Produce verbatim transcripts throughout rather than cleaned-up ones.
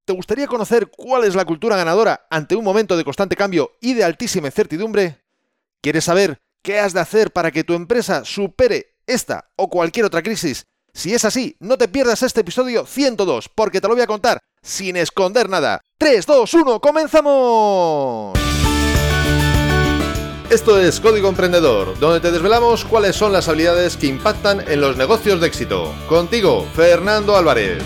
¿Te gustaría conocer cuál es la cultura ganadora ante un momento de constante cambio y de altísima incertidumbre? ¿Quieres saber qué has de hacer para que tu empresa supere esta o cualquier otra crisis? Si es así, no te pierdas este episodio ciento dos, porque te lo voy a contar sin esconder nada. tres, dos, uno, ¡comenzamos! Esto es Código Emprendedor, donde te desvelamos cuáles son las habilidades que impactan en los negocios de éxito. Contigo, Fernando Álvarez.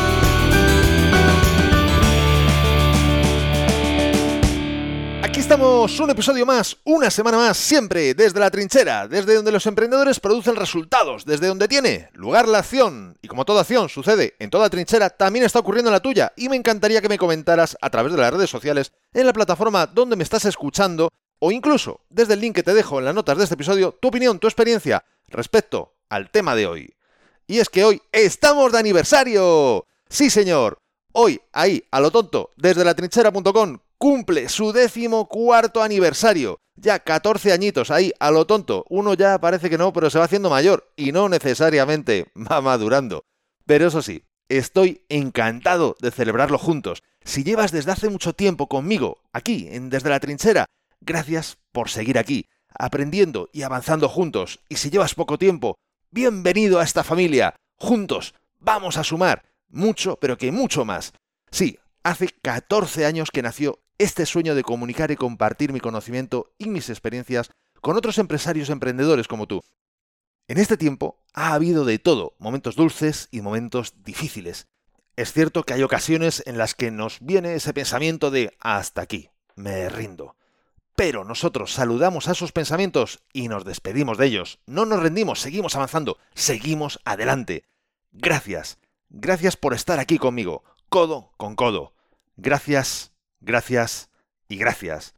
Aquí estamos, un episodio más, una semana más, siempre desde la trinchera, desde donde los emprendedores producen resultados, desde donde tiene lugar la acción. Y como toda acción sucede en toda trinchera, también está ocurriendo en la tuya. Y me encantaría que me comentaras a través de las redes sociales, en la plataforma donde me estás escuchando, o incluso desde el link que te dejo en las notas de este episodio, tu opinión, tu experiencia respecto al tema de hoy. Y es que hoy estamos de aniversario. Sí, señor. Hoy, ahí, a lo tonto, desde la trinchera punto com, cumple su décimo cuarto aniversario. Ya catorce añitos ahí, a lo tonto. Uno ya parece que no, pero se va haciendo mayor y no necesariamente va madurando. Pero eso sí, estoy encantado de celebrarlo juntos. Si llevas desde hace mucho tiempo conmigo, aquí, en Desde la Trinchera, gracias por seguir aquí, aprendiendo y avanzando juntos. Y si llevas poco tiempo, bienvenido a esta familia. Juntos vamos a sumar mucho, pero que mucho más. Sí, hace catorce años que nació este sueño de comunicar y compartir mi conocimiento y mis experiencias con otros empresarios emprendedores como tú. En este tiempo ha habido de todo, momentos dulces y momentos difíciles. Es cierto que hay ocasiones en las que nos viene ese pensamiento de hasta aquí, me rindo. Pero nosotros saludamos a esos pensamientos y nos despedimos de ellos. No nos rendimos, seguimos avanzando, seguimos adelante. Gracias, gracias por estar aquí conmigo, codo con codo. Gracias, gracias y gracias.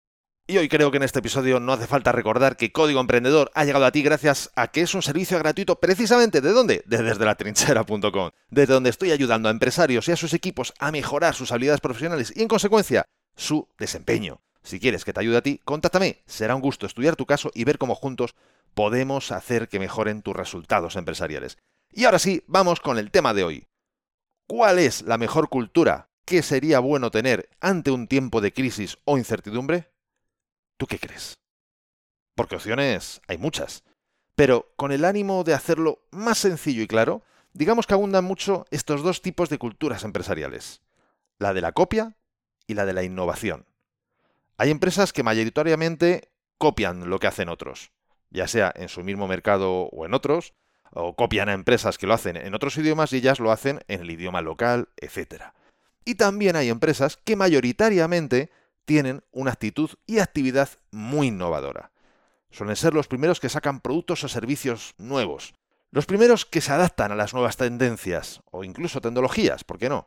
Y hoy creo que en este episodio no hace falta recordar que Código Emprendedor ha llegado a ti gracias a que es un servicio gratuito precisamente ¿de dónde? De desde la trinchera punto com, desde donde estoy ayudando a empresarios y a sus equipos a mejorar sus habilidades profesionales y en consecuencia su desempeño. Si quieres que te ayude a ti, contáctame. Será un gusto estudiar tu caso y ver cómo juntos podemos hacer que mejoren tus resultados empresariales. Y ahora sí, vamos con el tema de hoy. ¿Cuál es la mejor cultura que sería bueno tener ante un tiempo de crisis o incertidumbre? ¿Tú qué crees? Porque opciones hay muchas. Pero con el ánimo de hacerlo más sencillo y claro, digamos que abundan mucho estos dos tipos de culturas empresariales. La de la copia y la de la innovación. Hay empresas que mayoritariamente copian lo que hacen otros, ya sea en su mismo mercado o en otros, o copian a empresas que lo hacen en otros idiomas y ellas lo hacen en el idioma local, etcétera. Y también hay empresas que mayoritariamente tienen una actitud y actividad muy innovadora. Suelen ser los primeros que sacan productos o servicios nuevos, los primeros que se adaptan a las nuevas tendencias o incluso tecnologías, ¿por qué no?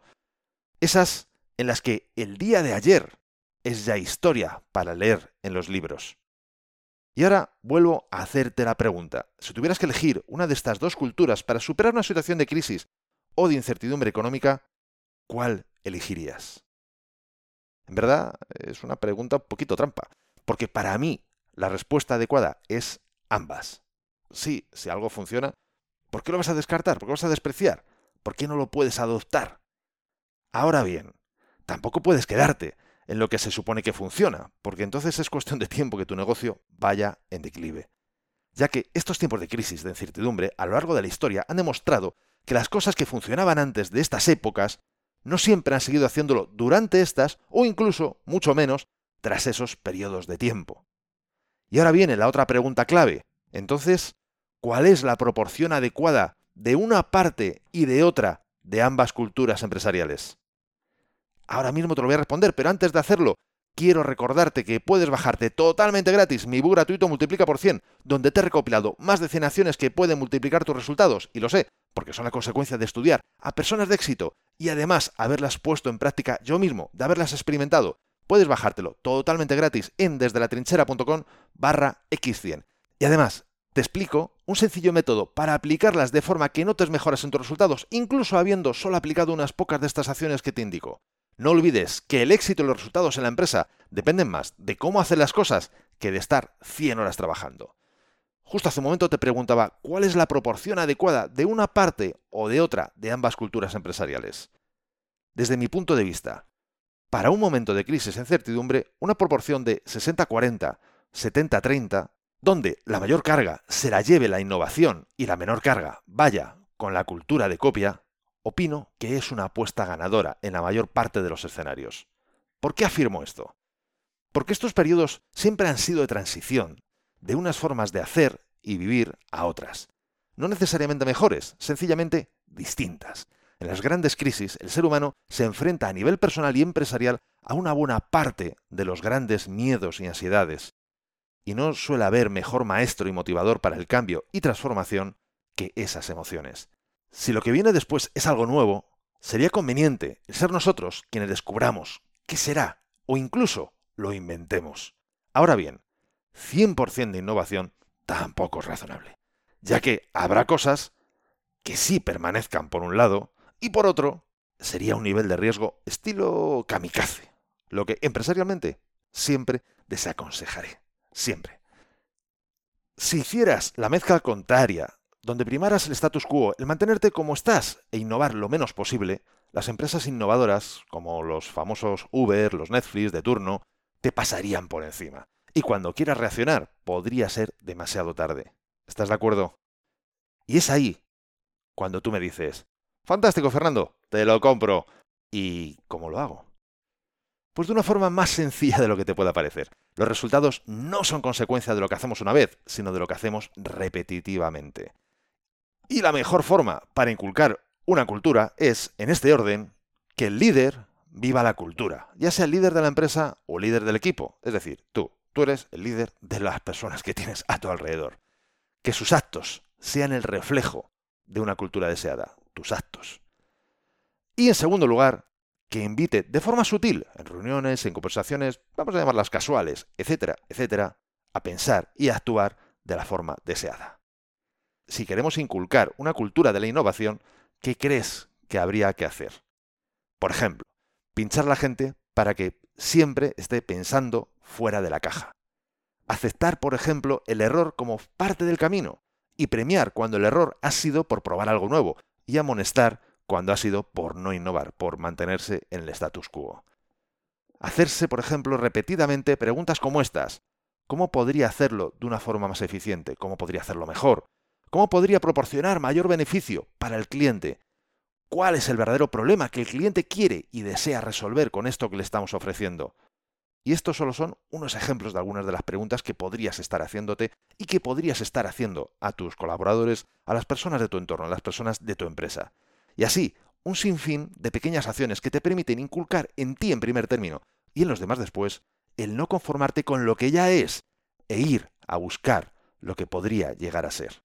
Esas en las que el día de ayer es ya historia para leer en los libros. Y ahora vuelvo a hacerte la pregunta. Si tuvieras que elegir una de estas dos culturas para superar una situación de crisis o de incertidumbre económica, ¿cuál elegirías? En verdad, es una pregunta un poquito trampa, porque para mí la respuesta adecuada es ambas. Sí, si algo funciona, ¿por qué lo vas a descartar? ¿Por qué lo vas a despreciar? ¿Por qué no lo puedes adoptar? Ahora bien, tampoco puedes quedarte en lo que se supone que funciona, porque entonces es cuestión de tiempo que tu negocio vaya en declive. Ya que estos tiempos de crisis, de incertidumbre, a lo largo de la historia han demostrado que las cosas que funcionaban antes de estas épocas no siempre han seguido haciéndolo durante estas o incluso, mucho menos, tras esos periodos de tiempo. Y ahora viene la otra pregunta clave. Entonces, ¿cuál es la proporción adecuada de una parte y de otra de ambas culturas empresariales? Ahora mismo te lo voy a responder, pero antes de hacerlo, quiero recordarte que puedes bajarte totalmente gratis mi ebook gratuito Multiplica por cien, donde te he recopilado más de cien acciones que pueden multiplicar tus resultados, y lo sé, porque son la consecuencia de estudiar a personas de éxito y además haberlas puesto en práctica yo mismo, de haberlas experimentado. Puedes bajártelo totalmente gratis en desde la trinchera punto com barra equis cien. Y además, te explico un sencillo método para aplicarlas de forma que notes mejoras en tus resultados, incluso habiendo solo aplicado unas pocas de estas acciones que te indico. No olvides que el éxito y los resultados en la empresa dependen más de cómo hacer las cosas que de estar cien horas trabajando. Justo hace un momento te preguntaba cuál es la proporción adecuada de una parte o de otra de ambas culturas empresariales. Desde mi punto de vista, para un momento de crisis e incertidumbre, una proporción de sesenta cuarenta, setenta treinta, donde la mayor carga se la lleve la innovación y la menor carga vaya con la cultura de copia, opino que es una apuesta ganadora en la mayor parte de los escenarios. ¿Por qué afirmo esto? Porque estos periodos siempre han sido de transición, de unas formas de hacer y vivir a otras. No necesariamente mejores, sencillamente distintas. En las grandes crisis, el ser humano se enfrenta a nivel personal y empresarial a una buena parte de los grandes miedos y ansiedades. Y no suele haber mejor maestro y motivador para el cambio y transformación que esas emociones. Si lo que viene después es algo nuevo, sería conveniente ser nosotros quienes descubramos qué será o incluso lo inventemos. Ahora bien, cien por ciento de innovación tampoco es razonable, ya que habrá cosas que sí permanezcan por un lado y por otro sería un nivel de riesgo estilo kamikaze, lo que empresarialmente siempre desaconsejaré, siempre. Si hicieras la mezcla contraria, donde primaras el status quo, el mantenerte como estás e innovar lo menos posible, las empresas innovadoras, como los famosos Uber, los Netflix de turno, te pasarían por encima. Y cuando quieras reaccionar, podría ser demasiado tarde. ¿Estás de acuerdo? Y es ahí cuando tú me dices, fantástico, Fernando, te lo compro. ¿Y cómo lo hago? Pues de una forma más sencilla de lo que te pueda parecer. Los resultados no son consecuencia de lo que hacemos una vez, sino de lo que hacemos repetitivamente. Y la mejor forma para inculcar una cultura es, en este orden, que el líder viva la cultura, ya sea el líder de la empresa o líder del equipo. Es decir, tú, tú eres el líder de las personas que tienes a tu alrededor. Que sus actos sean el reflejo de una cultura deseada, tus actos. Y en segundo lugar, que invite de forma sutil, en reuniones, en conversaciones, vamos a llamarlas casuales, etcétera, etcétera, a pensar y a actuar de la forma deseada. Si queremos inculcar una cultura de la innovación, ¿qué crees que habría que hacer? Por ejemplo, pinchar a la gente para que siempre esté pensando fuera de la caja. Aceptar, por ejemplo, el error como parte del camino y premiar cuando el error ha sido por probar algo nuevo y amonestar cuando ha sido por no innovar, por mantenerse en el status quo. Hacerse, por ejemplo, repetidamente preguntas como estas. ¿Cómo podría hacerlo de una forma más eficiente? ¿Cómo podría hacerlo mejor? ¿Cómo podría proporcionar mayor beneficio para el cliente? ¿Cuál es el verdadero problema que el cliente quiere y desea resolver con esto que le estamos ofreciendo? Y estos solo son unos ejemplos de algunas de las preguntas que podrías estar haciéndote y que podrías estar haciendo a tus colaboradores, a las personas de tu entorno, a las personas de tu empresa. Y así, un sinfín de pequeñas acciones que te permiten inculcar en ti en primer término y en los demás después, el no conformarte con lo que ya es e ir a buscar lo que podría llegar a ser.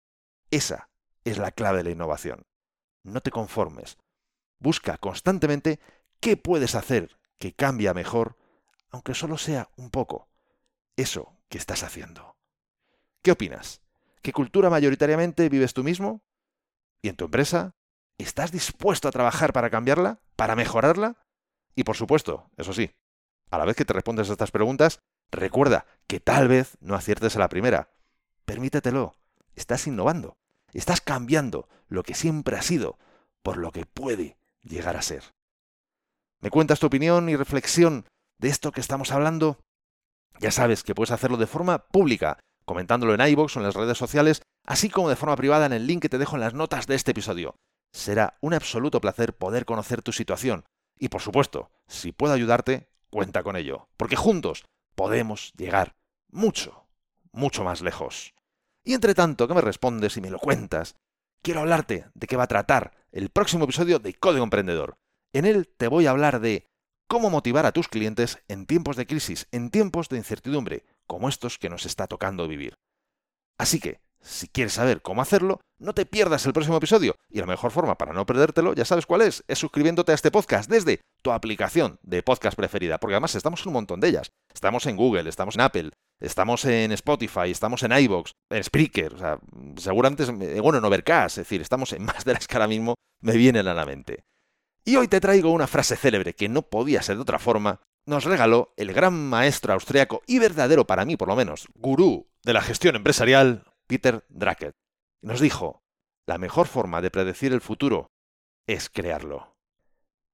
Esa es la clave de la innovación. No te conformes. Busca constantemente qué puedes hacer que cambie a mejor, aunque solo sea un poco, eso que estás haciendo. ¿Qué opinas? ¿Qué cultura mayoritariamente vives tú mismo? ¿Y en tu empresa? ¿Estás dispuesto a trabajar para cambiarla? ¿Para mejorarla? Y por supuesto, eso sí, a la vez que te respondes a estas preguntas, recuerda que tal vez no aciertes a la primera. Permítetelo. Estás innovando. Estás cambiando lo que siempre ha sido por lo que puede llegar a ser. ¿Me cuentas tu opinión y reflexión de esto que estamos hablando? Ya sabes que puedes hacerlo de forma pública, comentándolo en iVoox o en las redes sociales, así como de forma privada en el link que te dejo en las notas de este episodio. Será un absoluto placer poder conocer tu situación. Y por supuesto, si puedo ayudarte, cuenta con ello. Porque juntos podemos llegar mucho, mucho más lejos. Y entre tanto que me respondes y me lo cuentas, quiero hablarte de qué va a tratar el próximo episodio de Código Emprendedor. En él te voy a hablar de cómo motivar a tus clientes en tiempos de crisis, en tiempos de incertidumbre, como estos que nos está tocando vivir. Así que, si quieres saber cómo hacerlo, no te pierdas el próximo episodio. Y la mejor forma para no perdértelo, ya sabes cuál es, es suscribiéndote a este podcast desde tu aplicación de podcast preferida. Porque además estamos en un montón de ellas. Estamos en Google, estamos en Apple, estamos en Spotify, estamos en iVoox, en Spreaker, o sea, seguramente, bueno, en Overcast, es decir, estamos en más de las que ahora mismo me vienen a la mente. Y hoy te traigo una frase célebre que no podía ser de otra forma. Nos regaló el gran maestro austriaco y verdadero para mí, por lo menos, gurú de la gestión empresarial, Peter Drucker. Nos dijo, la mejor forma de predecir el futuro es crearlo.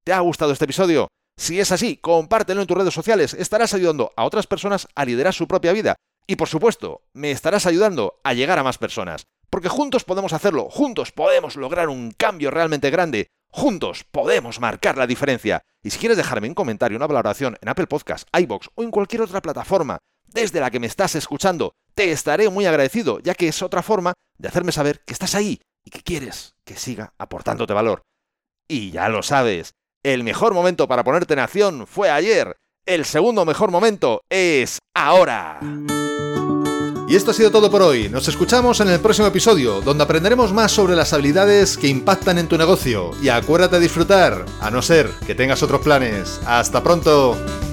¿Te ha gustado este episodio? Si es así, compártelo en tus redes sociales. Estarás ayudando a otras personas a liderar su propia vida. Y por supuesto, me estarás ayudando a llegar a más personas. Porque juntos podemos hacerlo, juntos podemos lograr un cambio realmente grande. Juntos podemos marcar la diferencia. Y si quieres dejarme un comentario, una valoración en Apple Podcasts, iVoox o en cualquier otra plataforma desde la que me estás escuchando, te estaré muy agradecido, ya que es otra forma de hacerme saber que estás ahí y que quieres que siga aportándote valor. Y ya lo sabes, el mejor momento para ponerte en acción fue ayer. El segundo mejor momento es ahora. Y esto ha sido todo por hoy. Nos escuchamos en el próximo episodio, donde aprenderemos más sobre las habilidades que impactan en tu negocio. Y acuérdate de disfrutar, a no ser que tengas otros planes. ¡Hasta pronto!